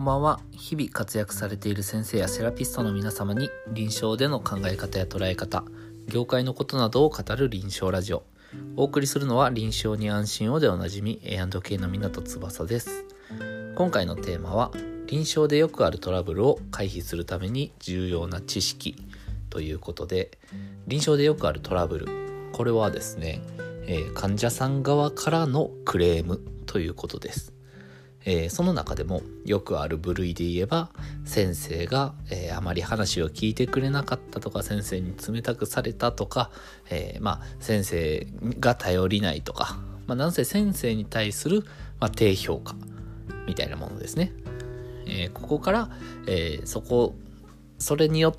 こんばんは。日々活躍されている先生やセラピストの皆様に臨床での考え方や捉え方、業界のことなどを語る臨床ラジオ。お送りするのは臨床に安心をでおなじみ A&K の湊翼です。今回のテーマは臨床でよくあるトラブルを回避するために重要な知識ということで、臨床でよくあるトラブル、これはですね、患者さん側からのクレームということです。その中でもよくある部類で言えば、先生が、あまり話を聞いてくれなかったとか、先生に冷たくされたとか、先生が頼りないとか、なんせ先生に対する、低評価みたいなものですね。ここから、それによって、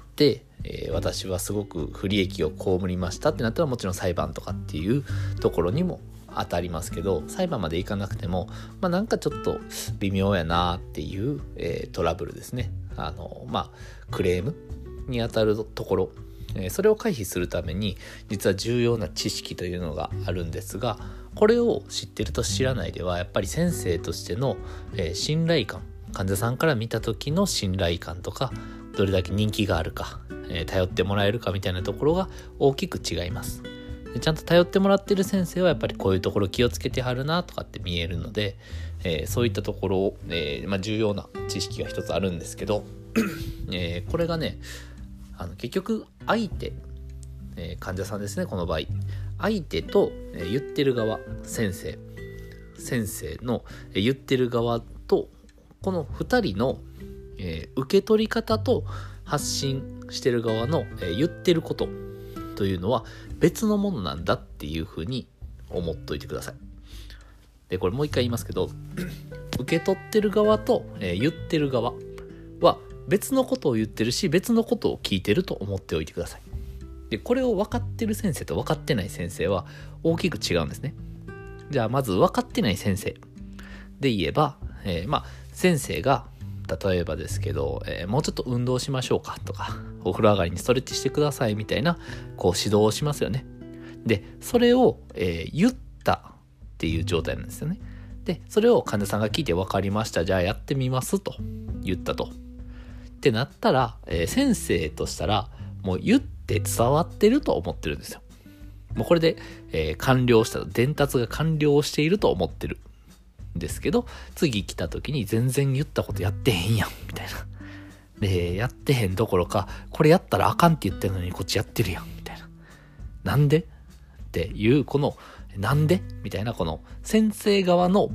私はすごく不利益を被りましたってなったら、もちろん裁判とかっていうところにも当たりますけど、裁判までいかなくても、なんかちょっと微妙やなっていう、トラブルですね。クレームに当たるところ、それを回避するために実は重要な知識というのがあるんですが、これを知ってると知らないではやっぱり先生としての、信頼感、患者さんから見た時の信頼感とか、どれだけ人気があるか、頼ってもらえるかみたいなところが大きく違います。でちゃんと頼ってもらってる先生はやっぱりこういうところ気をつけてはるなとかって見えるので、そういったところを、重要な知識が一つあるんですけど、これがね、結局相手、患者さんですね。この場合相手と、言ってる側先生の、言ってる側とこの2人の、受け取り方と発信してる側の、言ってることというのは別のものなんだっていうふうに思っといてください。でこれもう一回言いますけど、受け取ってる側と、言ってる側は別のことを言ってるし、別のことを聞いてると思っておいてください。でこれを分かってる先生と分かってない先生は大きく違うんですね。じゃあまず分かってない先生で言えば、先生が例えばですけど、もうちょっと運動しましょうかとか、お風呂上がりにストレッチしてくださいみたいなこう指導をしますよね。でそれを、言ったっていう状態なんですよね。でそれを患者さんが聞いて分かりました、じゃあやってみますと言ったとってなったら、先生としたらもう言って伝わってると思ってるんですよ。もうこれで、完了した、伝達が完了していると思ってるですけど、次来た時に全然言ったことやってへんやんみたいな。でやってへんどころか、これやったらあかんって言ってるのにこっちやってるやんみたいな。なんでっていうこのなんでみたいな、この先生側の、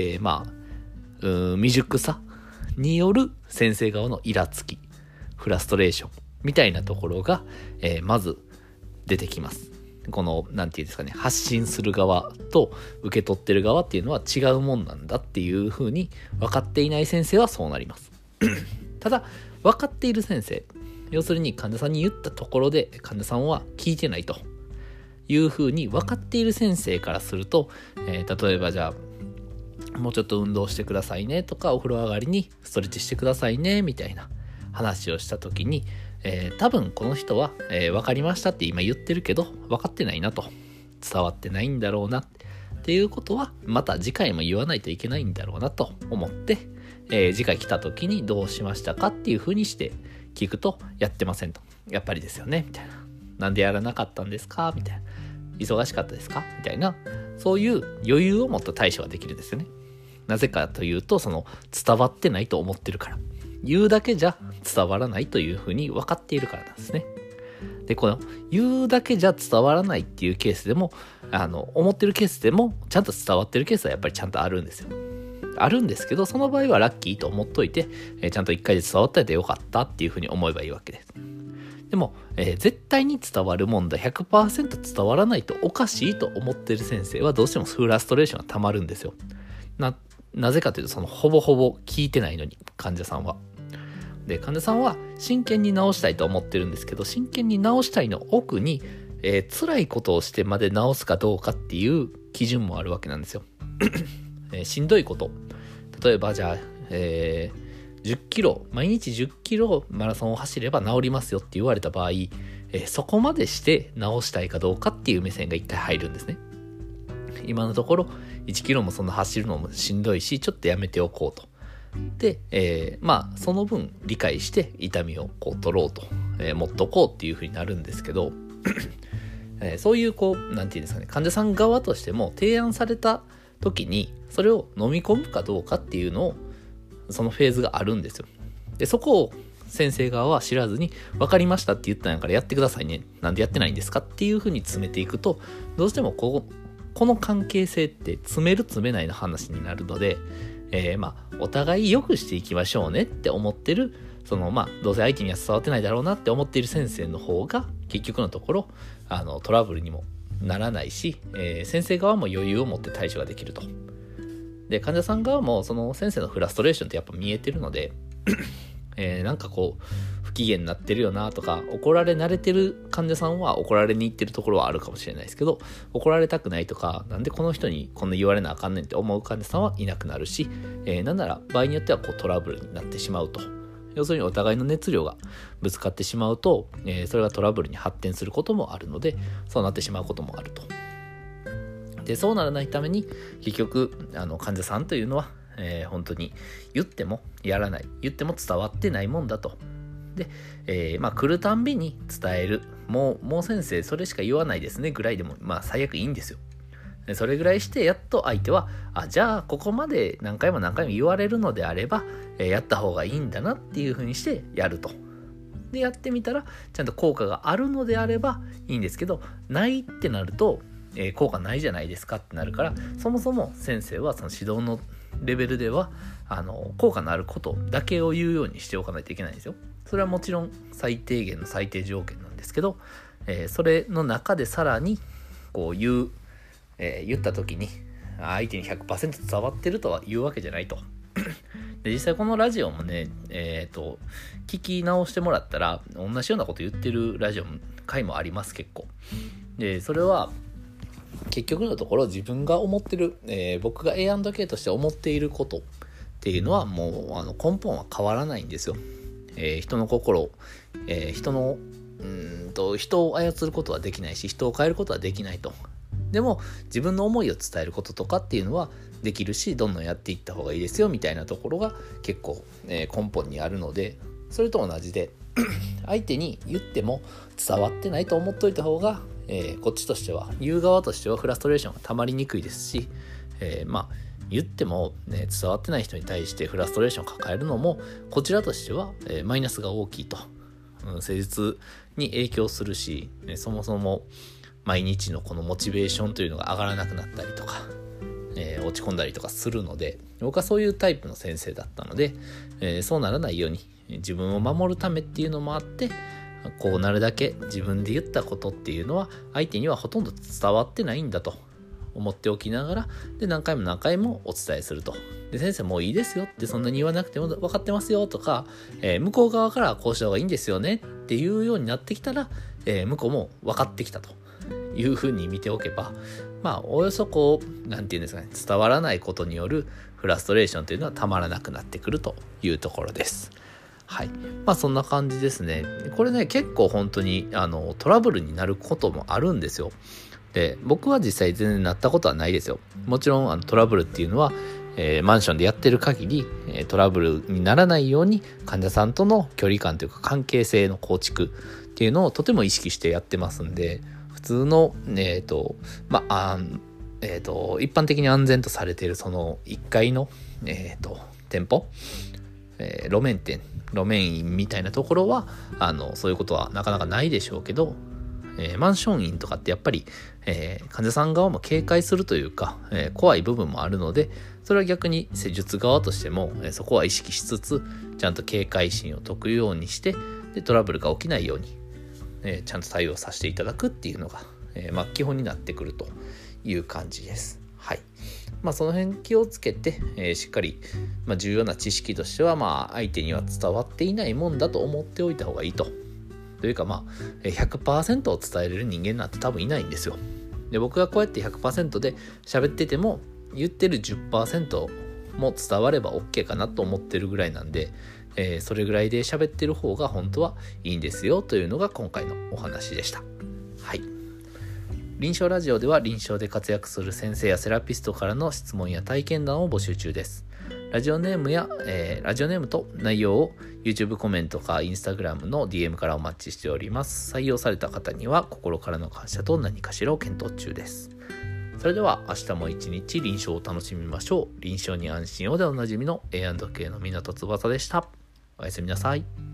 未熟さによる先生側のイラつき、フラストレーションみたいなところが、まず出てきます。このなんていうんですかね、発信する側と受け取ってる側っていうのは違うもんなんだっていう風に分かっていない先生はそうなりますただ分かっている先生、要するに患者さんに言ったところで患者さんは聞いてないという風に分かっている先生からすると、例えばじゃあもうちょっと運動してくださいねとか、お風呂上がりにストレッチしてくださいねみたいな話をした時に、多分この人は、分かりましたって今言ってるけど分かってないなと、伝わってないんだろうなっていうことはまた次回も言わないといけないんだろうなと思って、次回来た時にどうしましたかっていう風にして聞くと、やってませんと、やっぱりですよねみたいな、なんでやらなかったんですかみたいな、忙しかったですかみたいな、そういう余裕を持った対処ができるんですよね。なぜかというと、その伝わってないと思ってるから、言うだけじゃ伝わらないというふうに分かっているからなんですね。でこの言うだけじゃ伝わらないっていうケースでも、思ってるケースでもちゃんと伝わってるケースはやっぱりちゃんとあるんですよ。あるんですけど、その場合はラッキーと思っといて、ちゃんと1回で伝わったらよかったっていうふうに思えばいいわけです。でも、絶対に伝わるもんだ、 100% 伝わらないとおかしいと思ってる先生はどうしてもフラストレーションがたまるんですよ。なぜかというと、そのほぼほぼ聞いてないのに、患者さんは。で患者さんは真剣に治したいと思ってるんですけど、真剣に治したいの奥に、辛いことをしてまで治すかどうかっていう基準もあるわけなんですよ、しんどいこと、例えばじゃあ、10キロ毎日10キロマラソンを走れば治りますよって言われた場合、そこまでして治したいかどうかっていう目線が一回入るんですね。今のところ1キロもそんな走るのもしんどいし、ちょっとやめておこうと。 で、その分理解して痛みをこう取ろうと、持っとこうっていう風になるんですけどそういうなんていうんですかね、患者さん側としても提案された時にそれを飲み込むかどうかっていうのをそのフェーズがあるんですよ。でそこを先生側は知らずに分かりましたって言ったんやからやってくださいね、なんでやってないんですかっていう風に詰めていくと、どうしてもこの関係性って詰める詰めないの話になるので、お互い良くしていきましょうねって思ってるどうせ相手には伝わってないだろうなって思っている先生の方が結局のところトラブルにもならないし、先生側も余裕を持って対処ができると。で患者さん側もその先生のフラストレーションってやっぱ見えてるので不機嫌になってるよなとか、怒られ慣れてる患者さんは怒られに行ってるところはあるかもしれないですけど、怒られたくないとか、なんでこの人にこんな言われなあかんねんって思う患者さんはいなくなるし、なんなら場合によってはトラブルになってしまうと。要するにお互いの熱量がぶつかってしまうと、それがトラブルに発展することもあるので、そうなってしまうこともあると。でそうならないために結局患者さんというのは、本当に言ってもやらない、言っても伝わってないもんだと。で、来るたんびに伝える、もう先生それしか言わないですねぐらいでも最悪いいんですよ。でそれぐらいしてやっと相手はじゃあここまで何回も言われるのであれば、やった方がいいんだなっていう風にしてやると。でやってみたらちゃんと効果があるのであればいいんですけど、ないってなると、効果ないじゃないですかってなるから、そもそも先生はその指導のレベルでは効果のあることだけを言うようにしておかないといけないんですよ。それはもちろん最低限の最低条件なんですけど、それの中でさらに言った時に相手に 100% 伝わってるとは言うわけじゃないと。で実際このラジオもね、聞き直してもらったら同じようなこと言ってるラジオ回もあります。結構でそれは結局のところ自分が思ってる、僕が A&K として思っていることっていうのはもう根本は変わらないんですよ。人の心、人を操ることはできないし、人を変えることはできないと。でも自分の思いを伝えることとかっていうのはできるし、どんどんやっていった方がいいですよみたいなところが結構、根本にあるので、それと同じで相手に言っても伝わってないと思っといた方が、こっちとしては言う側としてはフラストレーションがたまりにくいですし、言っても、伝わってない人に対してフラストレーションを抱えるのもこちらとしては、マイナスが大きいと、施術に影響するし、そもそも毎日のこのモチベーションというのが上がらなくなったりとか、落ち込んだりとかするので、僕はそういうタイプの先生だったので、そうならないように自分を守るためっていうのもあって、こうなるだけ自分で言ったことっていうのは相手にはほとんど伝わってないんだと思っておきながら、で何回もお伝えすると。で先生もういいですよってそんなに言わなくても分かってますよとか、向こう側からこうした方がいいんですよねっていうようになってきたら、向こうも分かってきたというふうに見ておけば、およそなんていうんですかね、伝わらないことによるフラストレーションというのはたまらなくなってくるというところです。はい。そんな感じですね。これね、結構本当にトラブルになることもあるんですよ。で、僕は実際全然なったことはないですよ。もちろんトラブルっていうのは、マンションでやってる限り、トラブルにならないように患者さんとの距離感というか関係性の構築っていうのをとても意識してやってますんで、普通の一般的に安全とされているその1階の店舗、路面院みたいなところはそういうことはなかなかないでしょうけど、マンション院とかってやっぱり、患者さん側も警戒するというか、怖い部分もあるので、それは逆に施術側としても、そこは意識しつつちゃんと警戒心を解くようにして、でトラブルが起きないように、ちゃんと対応させていただくっていうのが、基本になってくるという感じです。はい。その辺気をつけて、しっかり、重要な知識としては、相手には伝わっていないもんだと思っておいた方がいいと。というか100% を伝えれる人間なんて多分いないんですよ。で僕がこうやって 100% で喋ってても言ってる 10% も伝われば OK かなと思ってるぐらいなんで、それぐらいで喋ってる方が本当はいいんですよというのが今回のお話でした。はい。臨床ラジオでは臨床で活躍する先生やセラピストからの質問や体験談を募集中です。 ラジオネームと内容を YouTube コメントか Instagram の DM からお待ちしております。採用された方には心からの感謝と何かしらを検討中です。それでは明日も一日臨床を楽しみましょう。臨床に安心をでおなじみの A&K の湊翼でした。おやすみなさい。